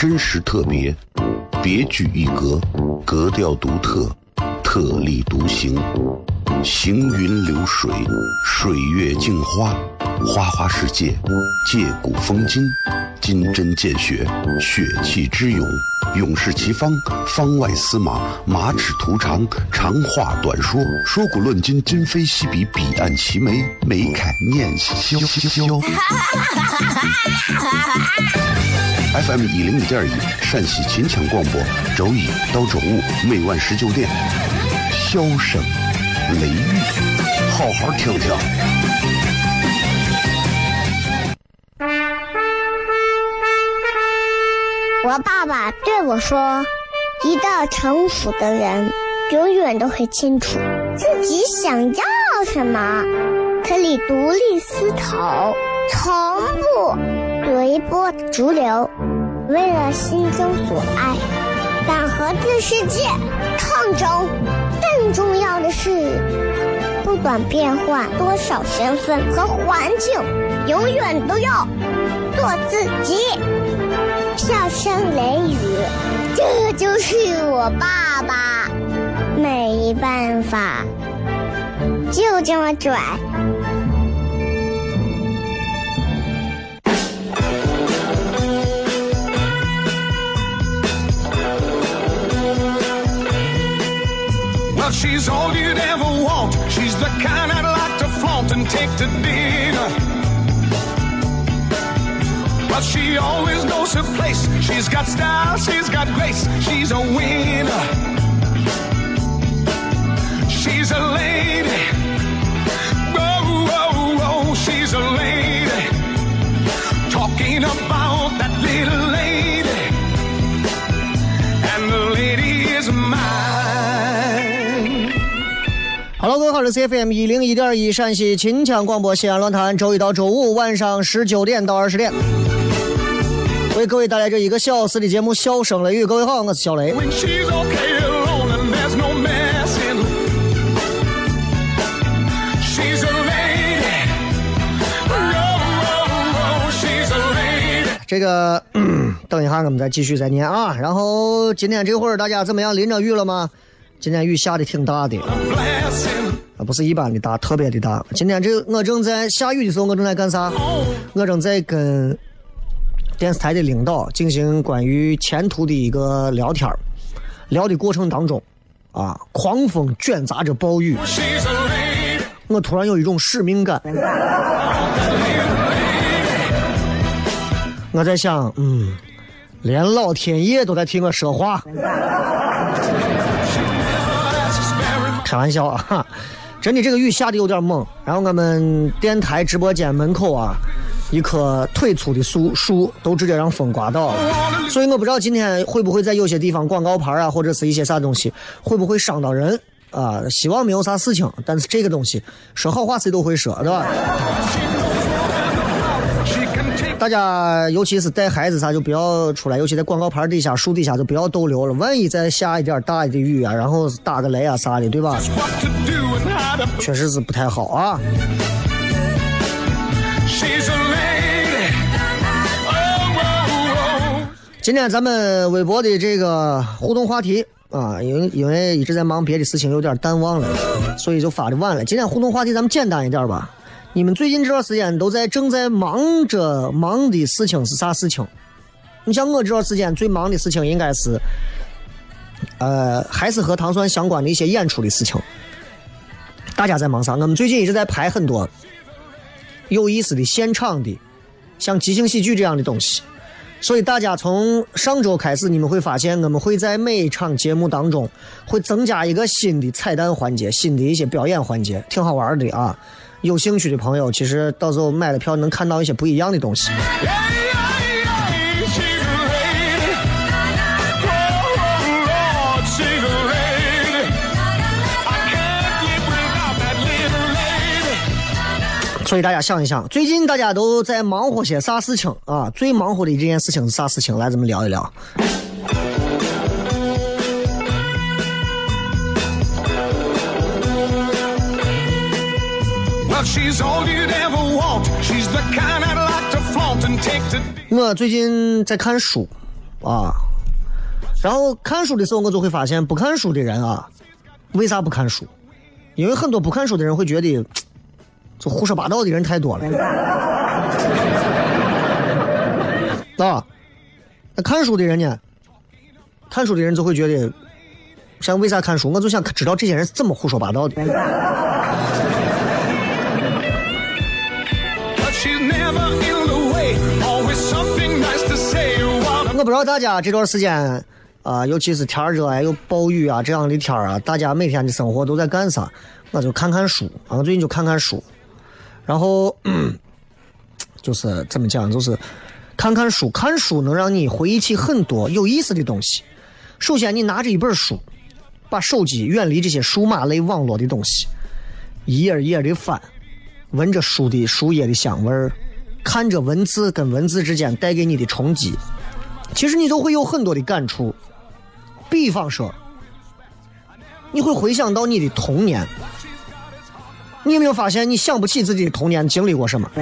真实特别，别具一格，格调独特，特立独行，行云流水，水月镜花，花花世界，借古风今，金针见血，血气之勇，勇士其方，方外司马，马齿图长，长话短说，说古论今，今非昔比，彼岸齐眉，眉开念萧。FM 101.1陕西秦腔广播，周一到周五每晚19点，箫声雷雨，好好听听。 我爸爸对我说，一个成熟的人永远都会清楚自己想要什么，可以独立思考，从不随波逐流，为了心中所爱，敢和这世界抗争。更重要的是，不管变换多少身份和环境，永远都要做自己。笑声雷雨，这就是我爸爸，没办法，就这么拽。 Well, she's all you'd ever want. She's the kind I'd like to flaunt and take to dinner. But she always knows her place. She's got style, she's got grace. She's a winner. She's a lady. Oh, oh, oh, she's a lady. Talking about that little lady. And the lady is mine.Hello， 各位好，这是 CFM 101.1陕西秦腔广播西安论坛，周一到周五晚上19点到20点，为各位带来这一个小时的节目《笑声雷雨》。各位好，我是小雷。这个等一下我们再继续再念啊。然后今天这会儿大家怎么样？淋着雨了吗？今天雨下的挺大的不是一般的大，特别的大。今天我正在下雨的时候，我正在干啥？我正在跟电视台的领导进行关于前途的一个聊天，聊的过程当中啊，狂风卷杂着暴雨，我突然有一种使命感。我在想，连老天爷都在替我说话。开玩笑啊，真的这个雨下的有点猛。然后我们电台直播间门口啊，一棵腿粗的树都直接让风刮倒了，所以我不知道今天会不会在有些地方广告牌啊，或者是一些啥东西会不会伤到人啊？希望没有啥事情，但是这个东西说好话谁都会说，对吧？大家尤其是带孩子啥就不要出来，尤其在广告牌底下树底下就不要逗留了，万一再下一点大的雨啊，然后打个雷啊啥的，对吧？确实是不太好啊。今天咱们微博的这个互动话题啊，因为一直在忙别的事情有点淡忘了，所以就发的晚了。今天互动话题咱们简单一点吧。你们最近这段时间正在忙的事情是啥事情？你像我这段时间最忙的事情应该是还是和糖蒜相关的一些演出的事情。大家在忙啥？我们最近一直在排很多有意思的现场的像即兴喜剧这样的东西，所以大家从上周开始你们会发现我们会在每一场节目当中会增加一个新的彩蛋环节，新的一些表演环节，挺好玩的啊。有兴趣的朋友其实到时候买了票能看到一些不一样的东西。所以大家想一想，最近大家都在忙活些啥事情啊？最忙活的这件事情是啥事情？来咱们聊一聊。我最近在看书啊。然后看书的时候，我就会发现，不看书的人啊，为啥不看书？因为很多不看书的人会觉得，就胡说八道的人太多了。啊，那看书的人呢？看书的人就会觉得，像为啥看书？我就想知道这些人是怎么胡说八道的。我不知道大家这段时间尤其是天热有暴雨啊这样的天啊，大家每天的生活都在干啥？我就看看书啊，我最近就看看书，然后就是怎么讲，就是看看书，看书能让你回忆起很多有意思的东西。首先，你拿着一本书，把手机远离这些数码类网络的东西，一页一页的翻，闻着书页的香味儿，看着文字跟文字之间带给你的冲击，其实你都会有很多的感触。比方说，你会回想到你的童年，你有没有发现你想不起自己的童年经历过什么？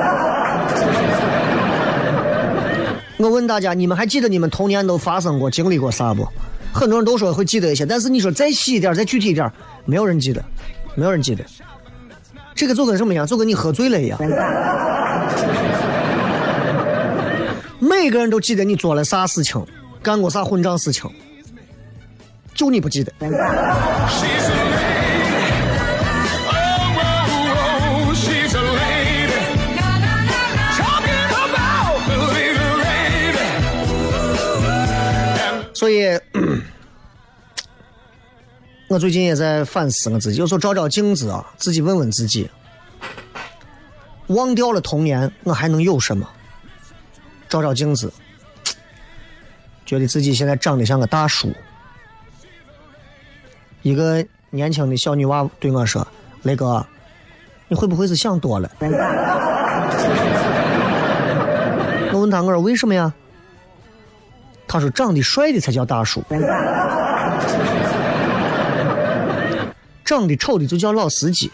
我问大家，你们还记得你们童年都发生过经历过啥不？很多人都说会记得一些，但是你说再细一点再具体一点，没有人记得，没有人记得。这个就跟什么一样？就跟你喝醉了一样。每个人都记得你做了啥事情，干过啥混账事情，就你不记得。所以我最近也在反思我自己，有时候照照镜子啊，自己问问自己，忘掉了童年我还能有什么？照照镜子，觉得自己现在长得像个大叔。一个年轻的小女娃对我说，雷哥，你会不会是想多了？我问他，我说为什么呀？他说长得帅的才叫大叔，长得丑的就叫老司机。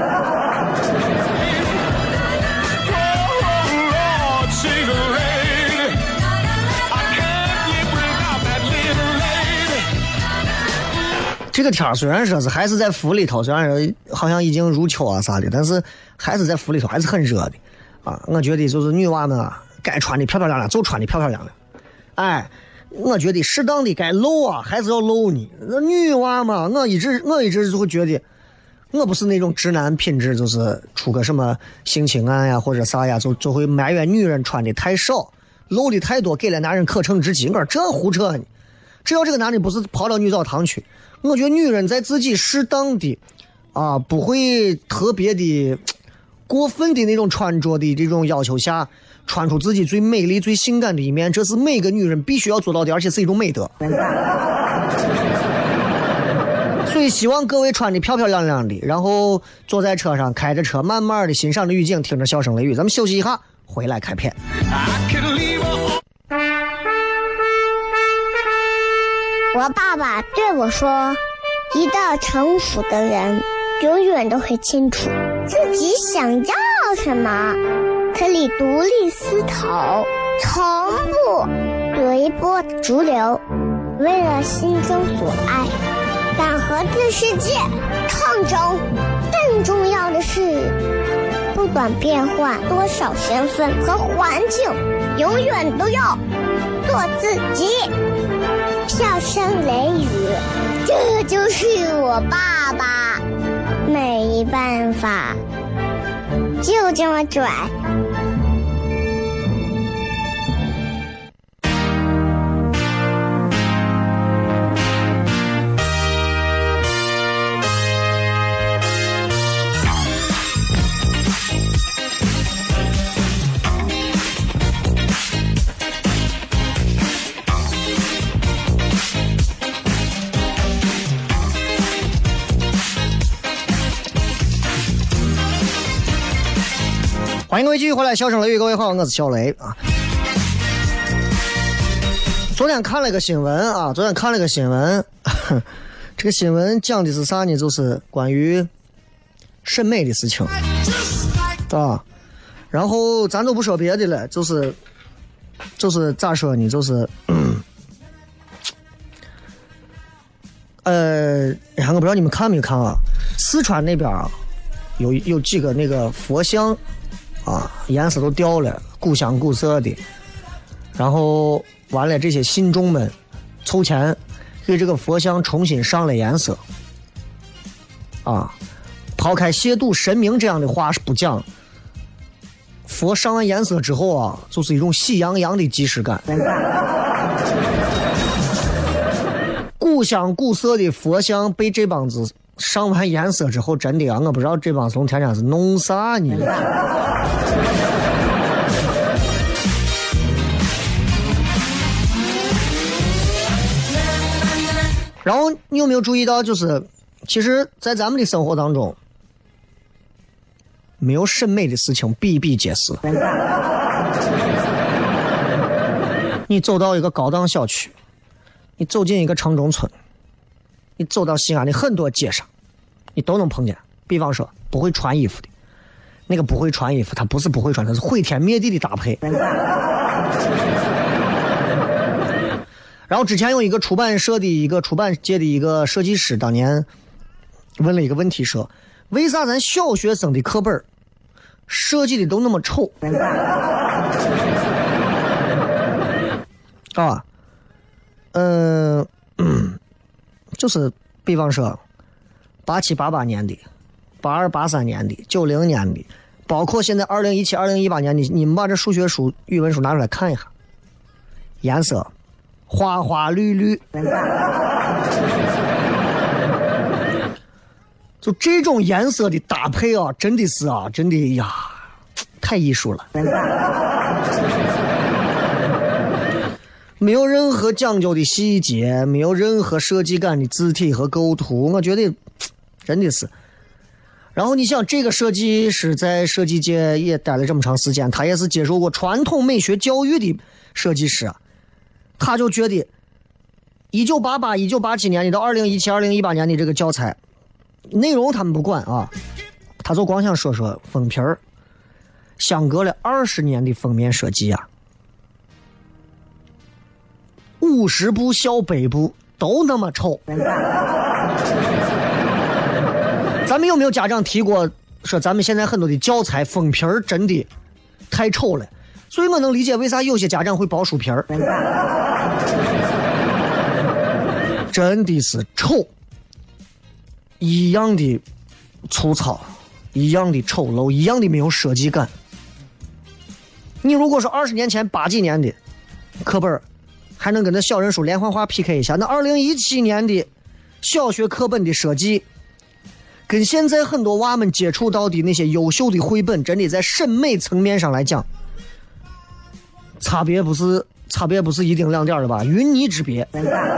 这个天虽然说是还是在府里头，虽然好像已经入秋啊啥的，但是还是在府里头还是很热的啊。我觉得就是女娃们啊，该穿的漂漂亮亮就穿的漂漂亮亮。哎，我觉得适当的该露啊还是要露呢。那女娃嘛，我一直就会觉得，我不是那种直男品质，就是出个什么性侵案呀或者啥呀，就会埋怨女人穿的太少，露的太多，给了男人可乘之机。我说这胡扯呢！只要这个男人不是跑到女澡堂去，我觉得女人在自己适当的不会特别的过分的那种穿着的这种要求下，穿出自己最美丽最性感的一面，这是每个女人必须要做到的，而且是一种美德。所以希望各位穿的漂漂亮亮的，然后坐在车上开着车，慢慢的欣赏着雨景，听着笑声雷雨。咱们休息一下，回来开片。 我爸爸对我说，一个成熟的人永远都会清楚自己想要什么，可以独立思考，从不随波逐流，为了心中所爱，敢和这世界抗争。更重要的是，不管变换多少身份和环境，永远都要做自己。笑声雷雨，这就是我爸爸，没办法，就这么拽。 欢迎各位继续回来，笑声雷雨，各位好，我是小雷啊。昨天看了个新闻，这个新闻讲的是啥呢？就是关于审美的事情啊。然后咱都不说别的了，就是咋说呢？就是我不知道你们看没看啊？四川那边啊，有几个那个佛像啊，颜色都掉了，古香古色的。然后完了，这些信众们凑钱给这个佛像重新上了颜色。啊，抛开亵渎神明这样的话是不讲。佛上完颜色之后啊，就是一种喜洋洋的即视感。古香古色的佛像被这帮子上完颜色之后，真的啊，我不知道这帮从天天是弄啥呢。然后你有没有注意到，就是其实在咱们的生活当中，没有审美的事情比比皆是。你走到一个高档小区，你走进一个城中村，你走到西安的很多街上，你都能碰见。比方说不会穿衣服的，那个不会穿衣服，他不是不会穿，他是毁天灭地的搭配。然后之前有一个出版界的一个设计师，当年问了一个问题，说为啥咱小学生的课本设计的都那么丑啊？就是比方说87、88年的、82、83年的、90年的，包括现在2017、2018年的，你们把这数学书、语文书拿出来看一下，颜色花花绿绿，就这种颜色的搭配啊，真的是啊，真的呀，太艺术了。没有任何讲究的细节，没有任何设计感的字体和构图，我觉得真的是。然后你想，这个设计师在设计界也待了这么长时间，他也是接受过传统美学教育的设计师啊，他就觉得1988、1987年的到2017、2018年的这个教材内容他们不管啊，他就光想说说封皮儿，相隔了20年的封面设计啊。50部小背部都那么丑，咱们有没有家长提过说咱们现在很多的教材封皮儿真的太丑了？所以我能理解为啥有些家长会包书皮儿，真的是丑，一样的粗糙，一样的丑陋，一样的没有设计感。你如果说20年前80几年的课本还能跟那小人书连环画 PK 一下，那2017年的小学课本的设计跟现在很多娃们接触到的那些优秀的绘本，真的在审美层面上来讲差别不是一丁两点的吧，云泥之别。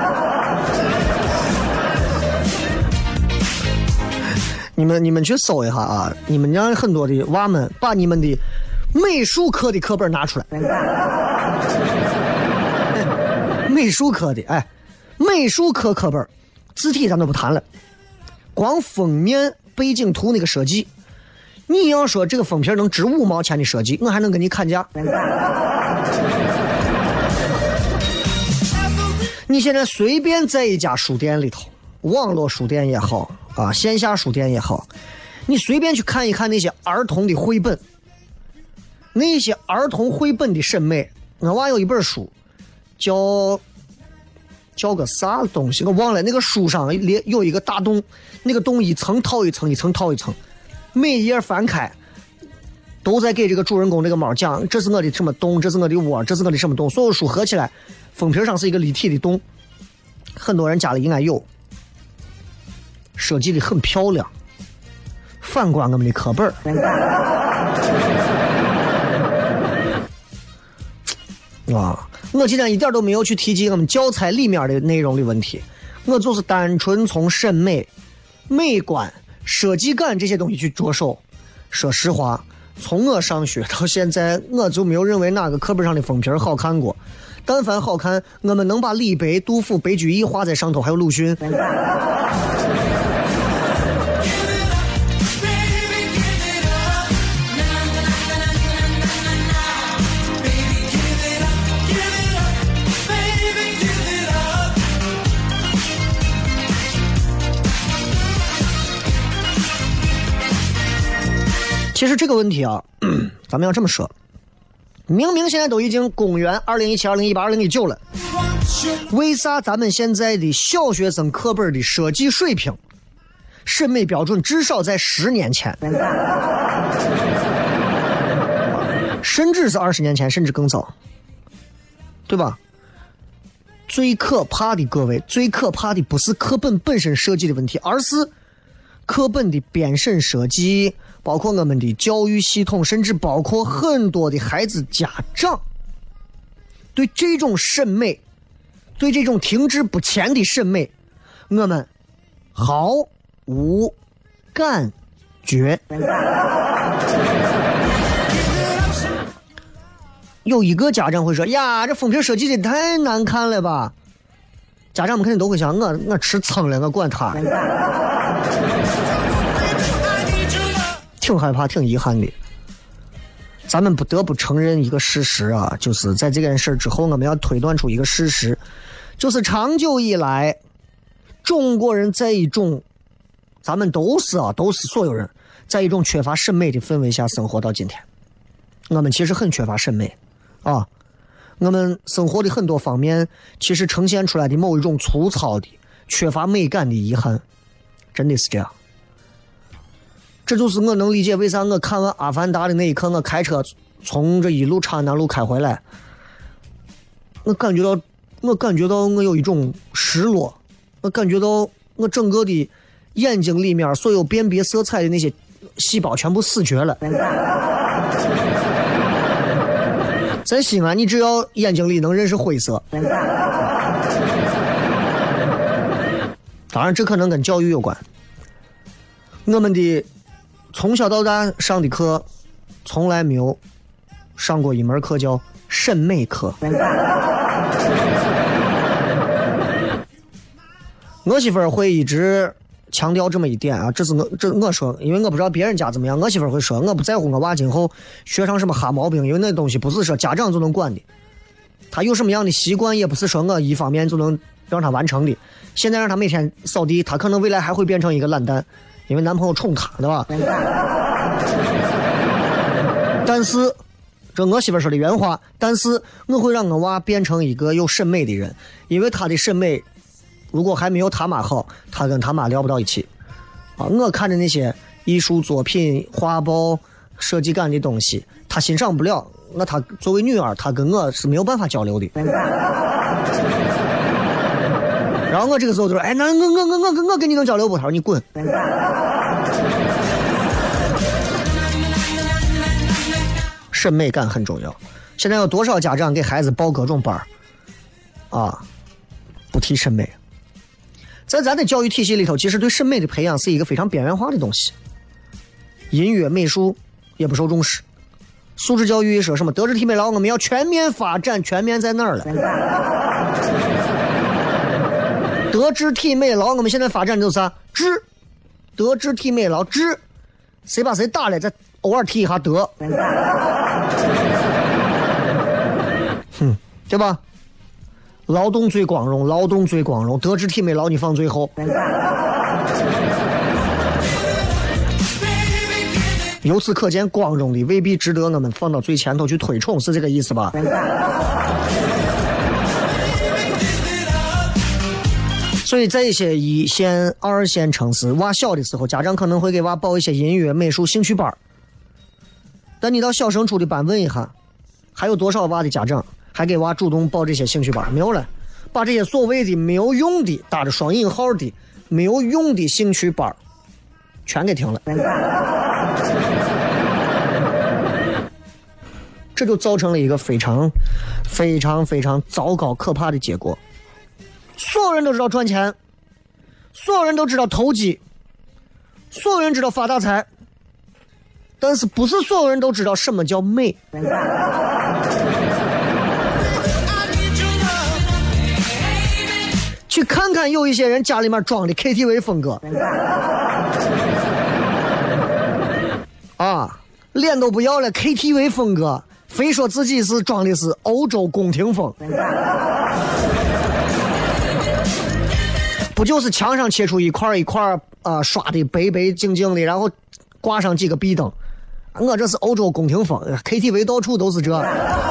你们去搜一下啊，你们让很多的娃们把你们的美术课的课本拿出来。美术课的，美术课课本字体咱都不谈了，光封面背景图那个设计，你要说这个封皮能值5毛钱的设计，我还能跟你砍价。你现在随便在一家书店里头，网络书店也好啊，线下书店也好，你随便去看一看那些儿童的绘本，那些儿童绘本的审美。我娃有一本书叫个啥东西我忘了，那个书上有一个大洞，那个洞一层套一层，一层套一层，每一页翻开都在给这个主人公这个猫讲，这是我的什么洞，这是我的窝，这是我的什么洞，所有书合起来封皮上是一个立体的洞，很多人家里应该有，设计的很漂亮。反观我们的课本啊，我今天一点都没有去提及我们教材里面的内容的问题，我就是单纯从审美、美观、设计感这些东西去着手。说实话，从我上学到现在，我就没有认为哪个课本上的封皮好看过。但凡好看，我们能把李白、杜甫、白居易画在上头，还有鲁迅。 其实这个问题啊，咱们要这么说，明明现在都已经公元2017、2018、2019了，为啥咱们现在的小学生课本的设计水平、审美标准至少在10年前，甚至是20年前，甚至更早，对吧？最可怕的，各位，最可怕的不是课本本身设计的问题，而是课本的编审设计，包括我们的教育系统，甚至包括很多的孩子家长对这种审美，对这种停滞不前的审美，我们毫无感觉。有一个家长会说呀，这封皮设计的太难看了吧，家长们肯定都会想，我吃蹭了，我管他，挺害怕挺遗憾的。咱们不得不承认一个事实啊，就是在这件事之后，我们要推断出一个事实，就是长久以来中国人在一种，咱们都是所有人在一种缺乏审美的氛围下生活到今天。我们其实很缺乏审美啊，我们生活的很多方面其实呈现出来的某一种粗糙的缺乏美感的遗憾，真的是这样。这就是我能理解为啥我看完《阿凡达》的那一刻，我开车从这一路长安南路开回来，我感觉到我有一种失落，我感觉到我整个的眼睛里面所有辨别色彩的那些细胞全部死绝了。在西安，你只要眼睛里能认识灰色，当然这可能跟教育有关。我们的从小到大上的课从来没有上过一门课叫审美课。我媳妇儿会一直强调这么一点啊，这我说，因为我不知道别人家怎么样，我媳妇儿会说，我不在乎我娃今后学上什么哈毛病，因为那东西不是说家长就能管的，他有什么样的习惯也不是说我一方面就能让他完成的。现在让他每天扫地，他可能未来还会变成一个懒蛋，因为男朋友宠他，对吧？但是这我媳妇说的原话，但是我会让我娃变成一个有审美的人，因为他的审美如果还没有他妈好，他跟他妈聊不到一起啊！我看的那些艺术作品、画报、设计感的东西，他欣赏不了。那他作为女儿，他跟我是没有办法交流的。然后我这个时候就说：“哎，那我跟你能交流不？”他说：“你滚。”审美感很重要。现在有多少家长给孩子报各种班啊？不提审美。在咱的教育体系里头，其实对审美的培养是一个非常边缘化的东西，音乐美术也不受重视，素质教育说什么德智体美劳我们要全面发展，全面在那儿了。德智体美劳我们现在发展的就是啥？智，德智体美劳智，谁把谁打了再偶尔提一下德，对吧？劳动最光荣，劳动最光荣，德智体美劳你放最后。由此可见，光荣的未必值得我们放到最前头去推崇，是这个意思吧？所以在一些1线、2线城市，娃小的时候，家长可能会给娃报一些音乐、美术兴趣班，但你到小升初的班问一下，还有多少娃的家长还给娃主动报这些兴趣班？没有了，把这些所谓的没有用的打着双引号的没有用的兴趣班全给停了。这就造成了一个非常非常非常糟糕可怕的结果。所有人都知道赚钱，所有人都知道投机，所有人知道发大财，但是不是所有人都知道什么叫美。去看看有一些人家里面装的 KTV 风格啊，脸都不要了 KTV 风格，非说自己是装的是欧洲宫廷风，不就是墙上切出一块一块刷的白白净净的，然后挂上几个壁灯我这是欧洲宫廷风 ，KTV 到处都是这。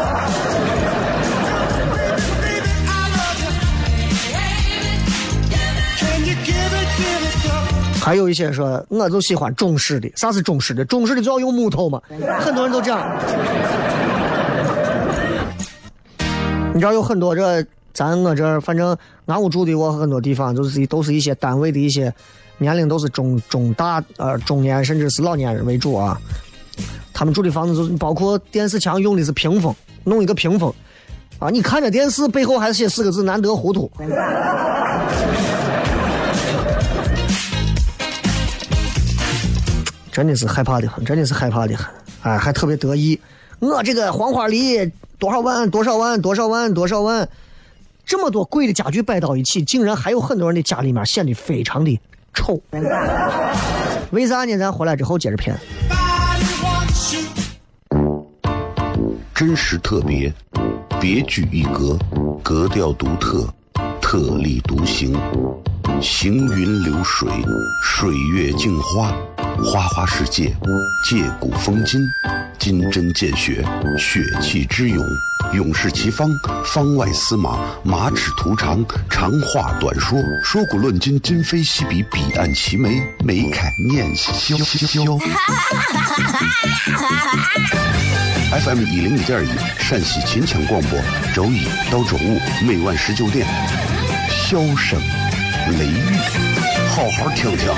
还有一些说，我就喜欢中式的。啥是中式的？中式的就要用木头嘛，很多人都这样。你知道有很多这，我这反正俺屋住的我很多地方都是一些单位的一些年龄都是中大中年甚至是老年人为主啊。他们住的房子就是包括电视墙用的是屏风，弄一个屏风啊，你看着电视背后还写4个字难得糊涂。真的是害怕的很，真的是害怕的很，哎，还特别得意。我这个黄花梨多少万，这么多贵的家具摆到一起，竟然还有很多人的家里面显得非常的臭。为啥呢？咱回来之后接着骗。 真实特别，别具一格，格调独特，特立独行，行云流水，水月镜花，花花世界，借古风今，金针见血，血气之勇，勇士其方，方外司马，马齿图长，长话短说，说古论今，今非昔比，彼岸齐眉，眉开眼笑。FM 101.1陕西秦腔广播，周一到周五每晚19点，笑声雷雨，好好听听。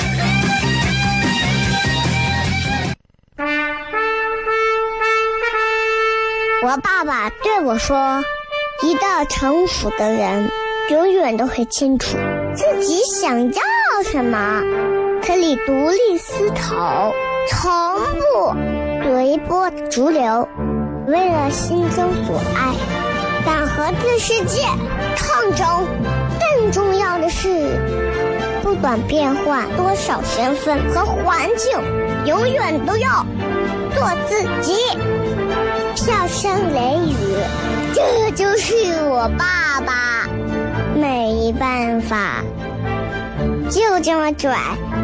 我爸爸对我说，一个成熟的人永远都会清楚自己想要什么，可以独立思考，从不随波逐流，为了心中所爱，但和这世界抗争。更重要的是，不管变换多少身份和环境，永远都要做自己。笑声雷雨，这就是我爸爸，没办法，就这么拽。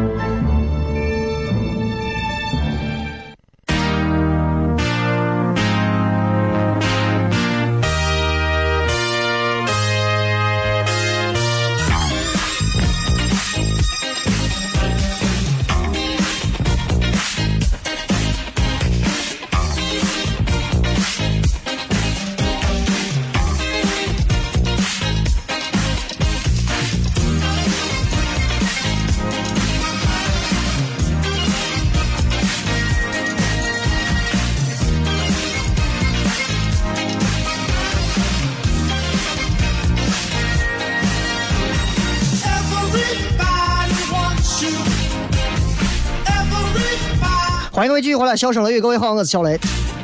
欢迎各位继续回来，笑声雷雨，各位好，我是小雷。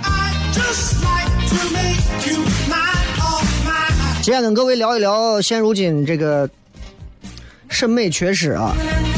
今天跟各位聊一聊现如今这个审美缺失啊。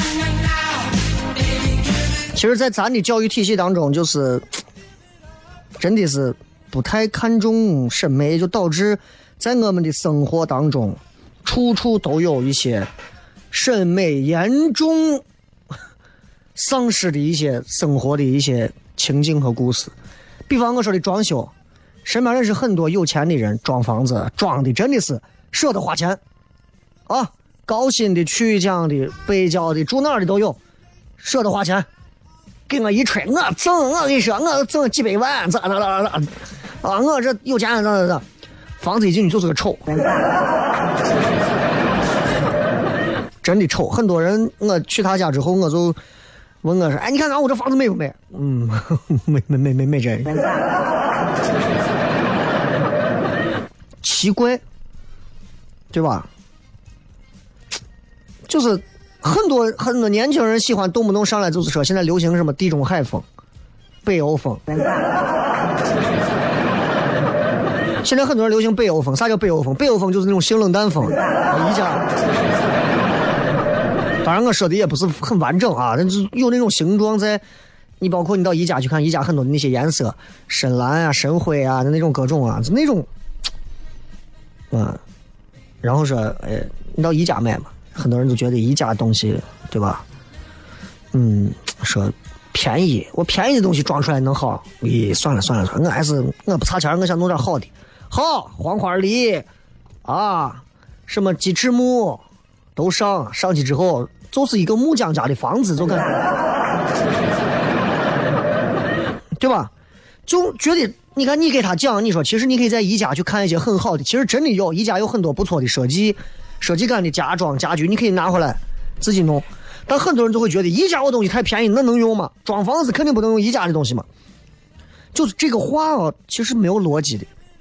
其实在咱的教育体系当中，就是真的是不太看重审美，就导致在我们的生活当中处处都有一些审美严重丧失的一些生活的一些情境和故事。比方我说的装修，身边认识很多有钱的人，装房子装的真的是舍得花钱啊，高薪的、曲江的、北郊的、住哪儿的都有，舍得花钱。给我一吹，我跟你说，我挣几百万，咋啊？我这有钱，咋，房子一进去就是个臭，真的臭。很多人，我去他家之后，我就问我说：“哎，你看我这房子美不美？”没真。奇怪，对吧？就是很多年轻人喜欢动不动上来就是说，现在流行什么地中海风、北欧风。现在很多人流行北欧风，啥叫北欧风？北欧风就是那种性冷淡风。宜家。当然我说的也不是很完整啊，但是有那种形状在，你包括你到宜家去看，宜家很多的那些颜色，深蓝啊、深灰啊的那种各种啊，就那种，然后说，哎，你到宜家买嘛，很多人都觉得宜家东西，对吧？说便宜，我便宜的东西装出来能好？咦，算了，我不差钱，我想弄点好的。好，黄花梨啊，什么鸡翅木都上去之后，就是一个木匠家的房子，就感觉，对吧？就觉得你看你给他讲，你说其实你可以在宜家去看一些很好的，其实真的有宜家有很多不错的设计感的家装家具，你可以拿回来自己弄。但很多人就会觉得宜家的东西太便宜，那能用吗？装房子肯定不能用宜家的东西嘛。就是这个话啊，其实没有逻辑的。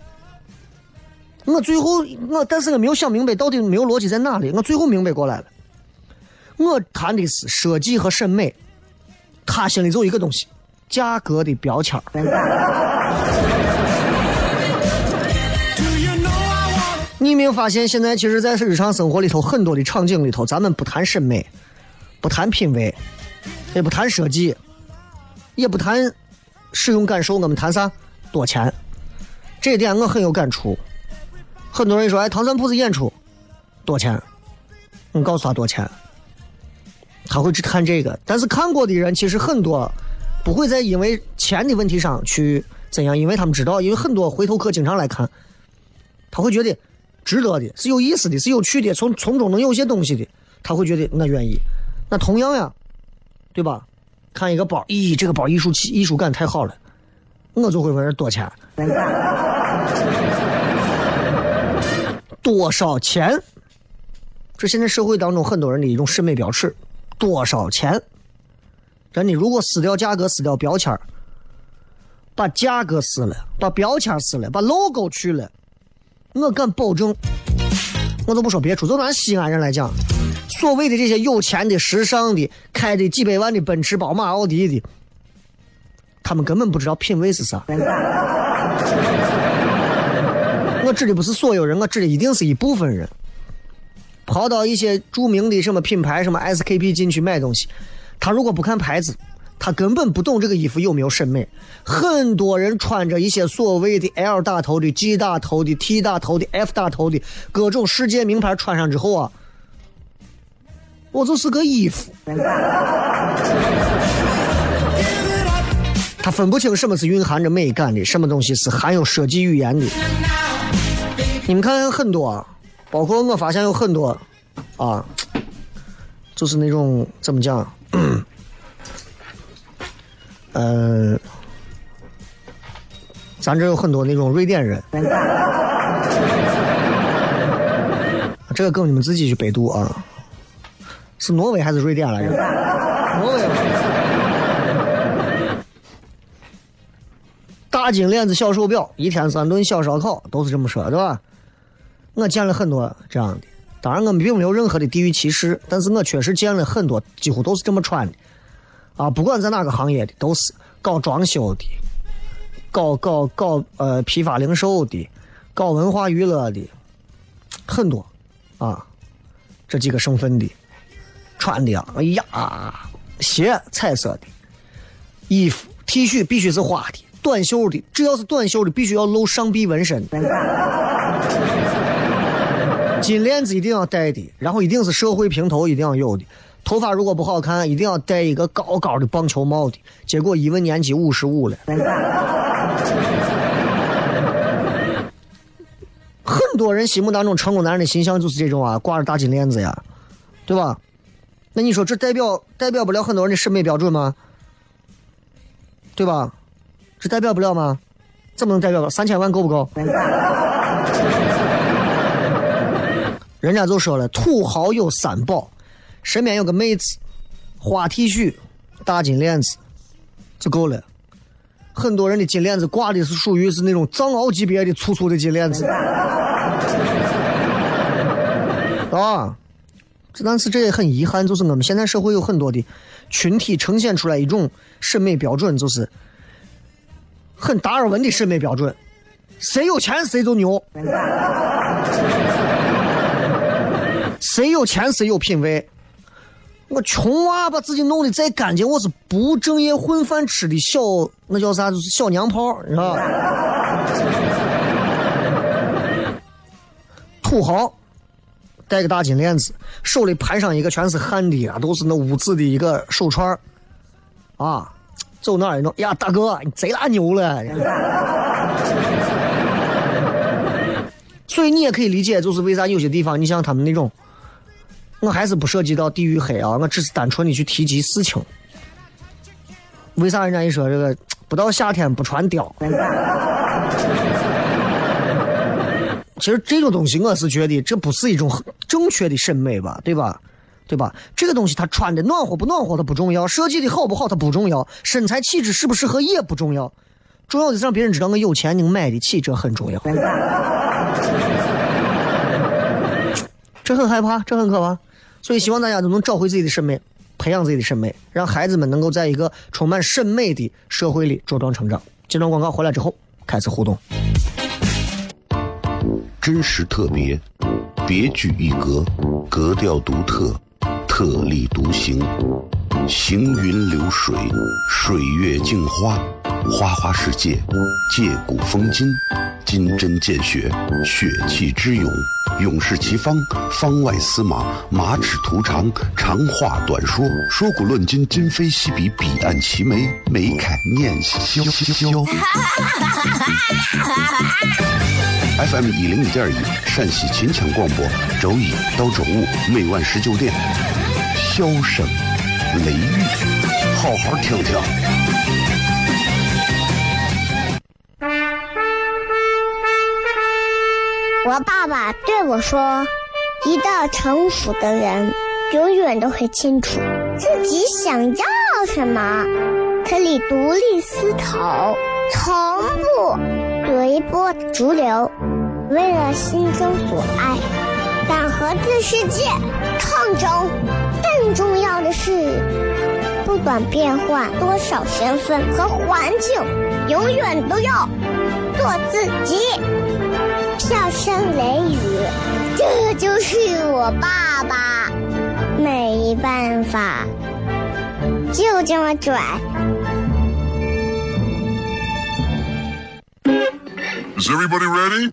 但是我没有想明白到底没有逻辑在哪里。我最后明白过来了，我谈的是设计和审美，他心里只有一个东西，价格的标签。你有没有发现现在其实在日常生活里头很多的场景里头，咱们不谈审美，不谈品味，也不谈设计，也不谈使用感受，我们谈啥？多钱。这一点我很有感触。很多人说，哎，唐三铺子演出多钱？你告诉他多钱，他会只看这个。但是看过的人其实很多不会在因为钱的问题上去怎样，因为他们知道，因为很多回头客经常来看，他会觉得值得的，是有意思的，是有趣的，从中能有些东西的，他会觉得那愿意。那同样呀，对吧？看一个包，咦，这个包艺术感太好了，我就会问多钱。多少钱？这现在社会当中很多人的一种审美标尺，多少钱？真的，如果撕掉价格，撕掉标签，把价格撕了，把标签撕了，把 logo 去了，我敢保证，我都不说别处，就拿西安人来讲，所谓的这些有钱的、时尚的、开的几百万的奔驰、宝马、奥迪的，他们根本不知道品味是啥。我指的不是所有人，我指的一定是一部分人。跑到一些著名的什么品牌，什么 SKP 进去买东西，他如果不看牌子，他根本不懂这个衣服有没有审美。很多人穿着一些所谓的 L 打头的、G 打头的、T 打头的、F 打头的各种世界名牌穿上之后啊，我就是个衣服。他分不清什么是蕴含着美感的，什么东西是含有设计语言的。你们看很多，包括我发现有很多啊，就是那种怎么讲，咱这有很多那种瑞典人，这个梗你们自己去百度啊，是挪威还是瑞典来着？挪威。大金链子小手表，一天3顿小烧烤，都是这么说，对吧？我见了很多这样的，当然我们并没有任何的地域歧视，但是我确实见了很多，几乎都是这么穿的，啊，不管在哪个行业的，都是搞装修的，搞批发零售的，搞文化娱乐的，很多，啊，这几个省份的，穿的啊，哎呀，鞋彩色的，衣服 T 恤必须是花的。短袖的，只要是短袖的必须要露上臂纹身，金链子一定要戴的，然后一定是社会平头一定要有的，头发如果不好看一定要戴一个高高的棒球帽的，结果一问年纪55了。很多人心目当中成功男人的形象就是这种啊，挂着大金链子呀，对吧？那你说这代表不了很多人的审美标准吗？对吧？这代表不了吗？怎么能代表？3000万够不够？人家就说了，土豪有3宝，身边有个妹子，花 T 恤，大金链子，就够了。很多人的金链子挂的是属于是那种藏獒级别的粗粗的金链子，啊，但是这也很遗憾，就是我们现在社会有很多的群体呈现出来一种审美标准，就是很达尔文的审美标准，谁有钱谁就牛，谁有钱谁有品位。我穷啊，把自己弄得再干净，我是不正业混饭吃的小，那叫啥？就是小娘炮，你知道吧？土豪戴个大金链子，手里盘上一个全是汗的啊，都是那污渍的一个手串啊， 走那儿一弄，呀，大哥，你贼拉牛了。所以你也可以理解，就是为啥有些地方，你像他们那种，我还是不涉及到地域黑啊，我只是单纯的去提及事情。为啥人家一说这个不到夏天不穿貂？其实这种东西，我是觉得这不是一种正确的审美吧，对吧？对吧？这个东西它穿的暖和不暖和它不重要，设计的好不好它不重要，身材气质适不适合也不重要，重要的是让别人知道我有钱能买得起，这很重要。这很害怕，这很可怕，所以希望大家都能找回自己的审美，培养自己的审美，让孩子们能够在一个充满审美的社会里茁壮成长。这段广告回来之后开始互动。 真实特别，别具一格，格调独特，特立独行，行云流水，水月镜花，花花世界，借古风今，金针见血，血气之勇，勇士其方，方外司马，马齿图长，长话短说，说古论今，今非昔比，彼岸齐眉，眉开眼笑。FM 101.1陕西秦腔广播，周一到周五每晚19点，笑声雷雨，好好听听。 我爸爸对我说，一个成熟的人永远都会清楚自己想要什么，可以独立思考，从不随波逐流，为了心中所爱，敢和这世界抗争。更重要的是，不管变换多少身份和环境，永远都要做自己。笑声雷雨，这就是我爸爸，没办法，就这么拽。 Is everybody ready?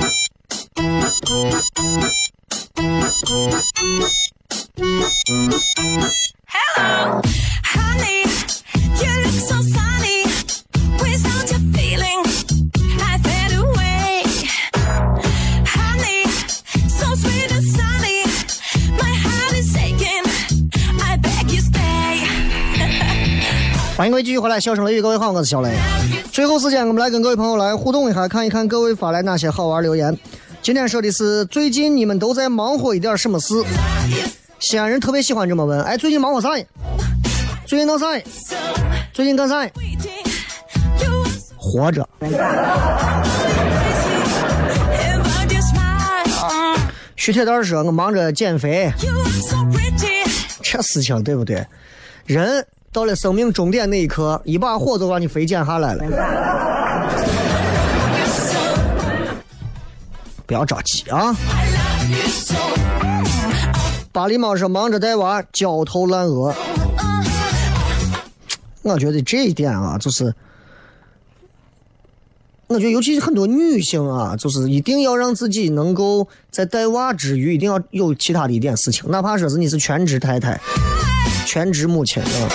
Hello, honey, you look so sunny. Without your feeling, I fade away. Honey, so sweet and sunny. My heart is aching. I beg you stay. 欢迎各位继续回来，笑声雷雨，各位好，我是小雷。最后时间，我们来跟各位朋友来互动一下，看一看各位发来哪些好玩留言。今天说的是最近你们都在忙活一点什么事？西安人特别喜欢这么问，哎，最近忙活啥呀？最近闹啥呀？最近干啥呀？活着。徐铁蛋说，我忙着减肥，这事情对不对？人到了生命终点那一刻，一把火就把你肥减下来了。不要着急啊！巴黎猫是忙着带娃，焦头烂额。我觉得这一点啊，就是我觉得尤其是很多女性啊，就是一定要让自己能够在带娃之余，一定要有其他的一点事情，哪怕说是你是全职太太、全职母亲啊。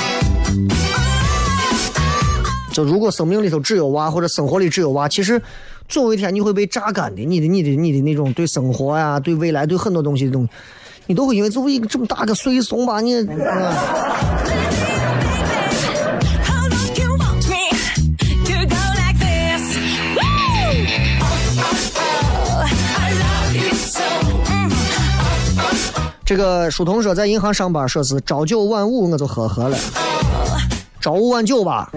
就如果生命里头只有娃，或者生活里只有娃，其实总有一天你会被榨干的。你的那种对生活呀、对未来、对很多东西的东西，你都会因为作为一个这么大个随从吧，你。这个书童说在银行上班，说是朝九晚五，我就呵了。朝5晚9吧。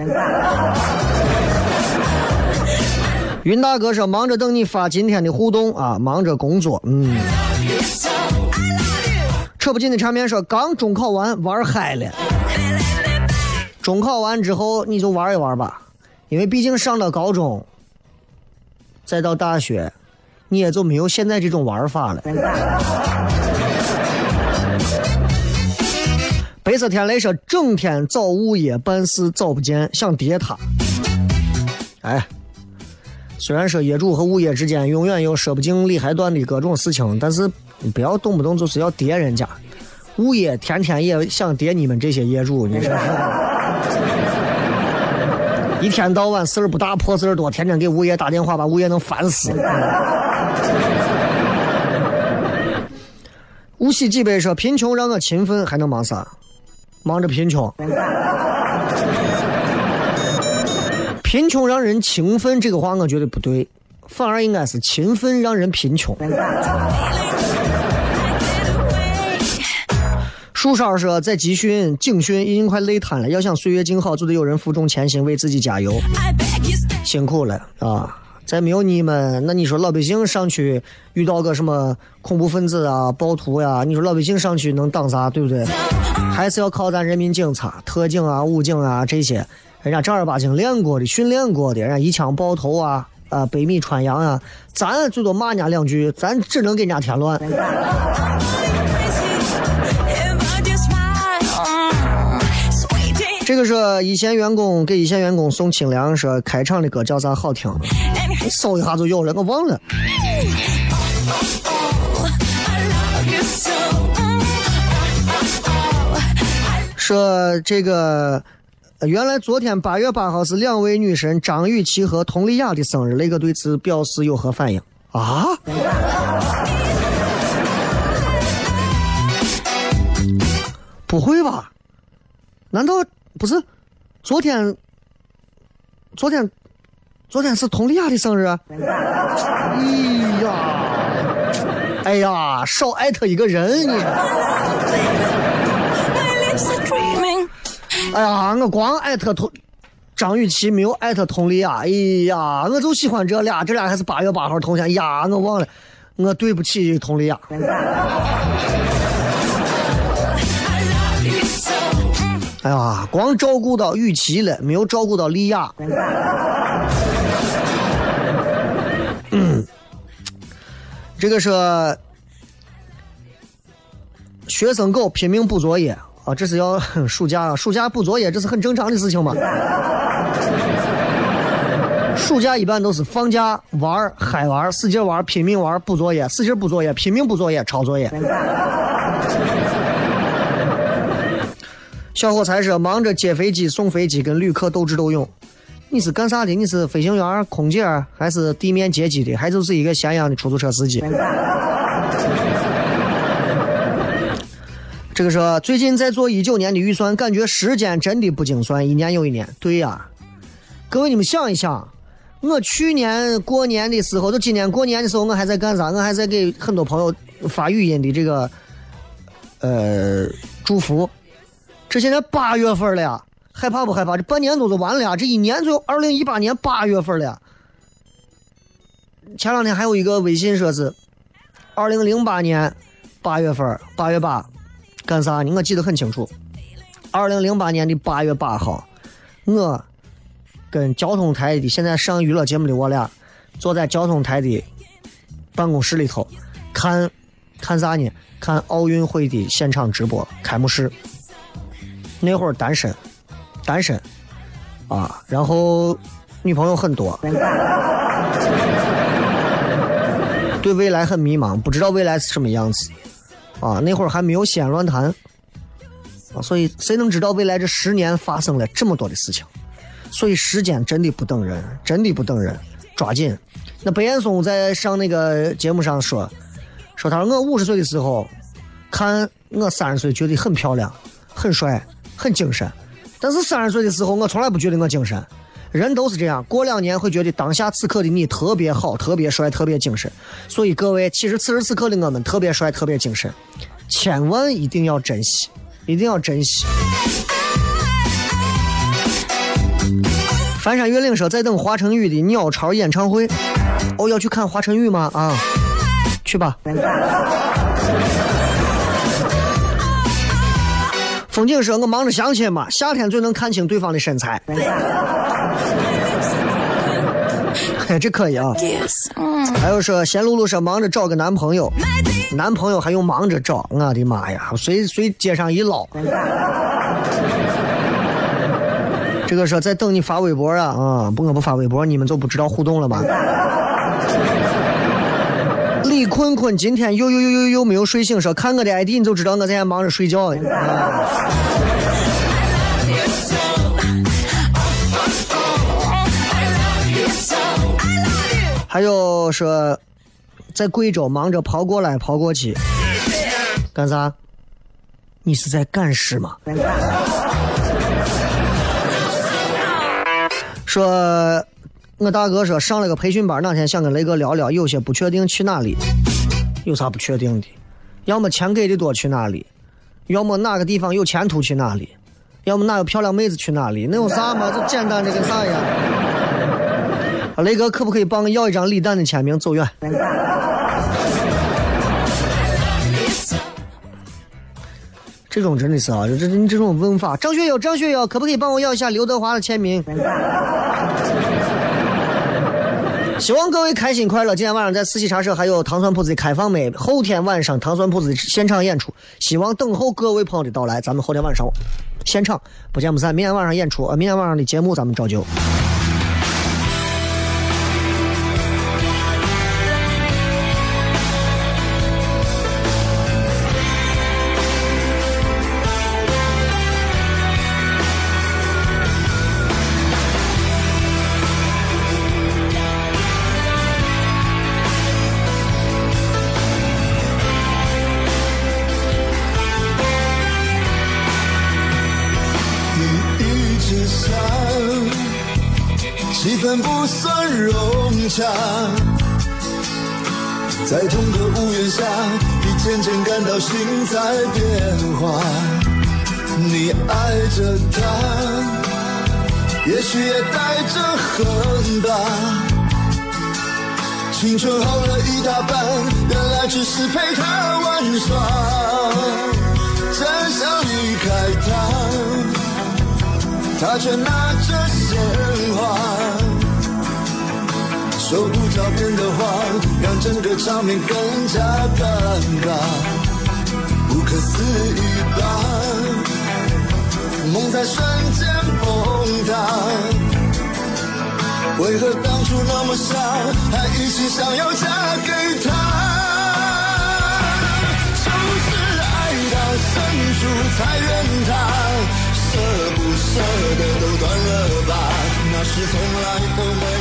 云大哥说忙着等你发今天的互动啊，忙着工作。扯不进的场面说刚中考完玩嗨了。中考完之后你就玩一玩吧，因为毕竟上到高中再到大学，你也就没有现在这种玩法了。白色天雷说整天找物业办事找不见，想跌他。哎，虽然说业主和物业之间永远有说不尽理还乱的各种事情，但是你不要动不动就是要跌人家。物业天天也想跌你们这些业主，你说是？ 一天到晚事儿不大破事儿多，天天给物业打电话，把物业能烦死。无锡几杯说贫穷让我勤奋，还能忙啥？忙着贫穷。贫穷让人勤奋，这个话我觉得不对，反而应该是勤奋让人贫穷。树梢说在集训警训已经快累瘫了，要想岁月静好，就得有人负重前行，为自己加油。辛苦了啊！再没有你们，那你说老百姓上去遇到个什么恐怖分子啊、暴徒呀，你说老百姓上去能挡啥，对不对？还是要靠咱人民警察、特警啊、武警啊这些，人家正儿八经练过的、训练过的，人家一枪爆头啊、北米穿杨啊，咱最多骂人家两句，咱只能给人家添乱。这个是一线员工给一线员工送清凉，说开场的歌叫啥好听？搜一下就有了，我忘了。说这个原来昨天8月8号是两位女神张雨绮和佟丽娅的生日，雷哥对此表示有何反应啊？不会吧？难道不是？昨天是佟丽娅的生日。哎呀，少艾特一个人你。哎呀，我光艾特张雨绮，没有艾特佟丽娅。哎呀，我就喜欢这俩还是8月8号同乡呀，我忘了，我对不起佟丽娅。哎呀，光照顾到雨绮了，没有照顾到丽娅。这个是学生狗拼命补作业啊，这是要暑假补作业，这是很正常的事情嘛。暑假一般都是放假玩、嗨玩、使劲玩、拼命玩、补作业、使劲补作业、拼命补作业、抄作业。小伙才说忙着接飞机、送飞机，跟旅客斗智斗勇。你是干啥的？你是飞行员、空姐，还是地面接机的，还就是一个咸阳的出租车司机？这个说最近在做19年的预算，感觉时间真的不精算，一年又一年。对呀，各位你们想一想，我去年过年的时候，就今年过年的时候，我还在干啥？我还在给很多朋友发语音的这个祝福。这现在8月份了呀，害怕不害怕？这半年多就完了呀，这一年就2018年8月份了呀。前两天还有一个微信说是2008年8月份，8月8干啥呢？我记得很清楚。2008年的8月8号，我跟交通台的现在上娱乐节目的我俩坐在交通台的办公室里头看啥呢？看奥运会的现场直播开幕式。那会儿单身啊，然后女朋友很多，对未来很迷茫，不知道未来是什么样子啊。那会儿还没有西安论坛啊，所以谁能知道未来这10年发生了这么多的事情？所以时间真的不等人，抓紧。那白岩松在上那个节目上说他说我50岁的时候看我30岁觉得很漂亮、很帅、很精神，但是30岁的时候我从来不觉得我精神。人都是这样，过2年会觉得当下此刻的你特别好、特别帅、特别精神。所以各位，其实此时此刻的我们特别帅、特别精神，千万一定要珍惜，一定要珍惜。翻山越岭说在等华晨宇的鸟巢演唱会。哦，要去看华晨宇吗？啊，去吧。风景说我忙着相亲嘛，夏天最能看清对方的身材。这可以啊。还有说闲露露说忙着找个男朋友还用忙着找，我的妈呀，随街上一捞。这个说在等你发微博啊，我不发微博你们就不知道互动了吗？李坤坤今天又没有睡醒，说看我的 ID 你就知道我在忙着睡觉。 还有说在贵州忙着跑过来跑过去，干啥？你是在干事吗？说我大哥说上了个培训班，那天想跟雷哥聊聊，有些不确定去哪里。有啥不确定的？要么钱给的多去哪里，要么哪个地方有前途去哪里，要么哪有漂亮妹子去哪里，那有啥嘛？就简单的跟啥一样。雷哥可不可以帮我要一张李诞的签名？走远。这种真的是啊，这种问法。张学友，可不可以帮我要一下刘德华的签名？希望各位开心快乐。今天晚上在四喜茶社还有糖酸铺子的开放美，后天晚上糖酸铺子的现场演出，希望等候各位朋友的到来。咱们后天晚上现场不见不散。明天晚上演出，明天晚上的节目咱们照旧。 气氛不算融洽，在同个屋檐下，你渐渐感到心在变化。你爱着他，也许也带着恨吧。青春耗了一大半，原来只是陪他玩耍。真想离开他，他却拿着鲜花，手不着边的话，让整个场面更加尴尬。不可思议吧，梦在瞬间崩塌。为何当初那么傻，还一心想要嫁给他？就是爱到深处才怨他，舍不舍得都断了吧，那是从来都没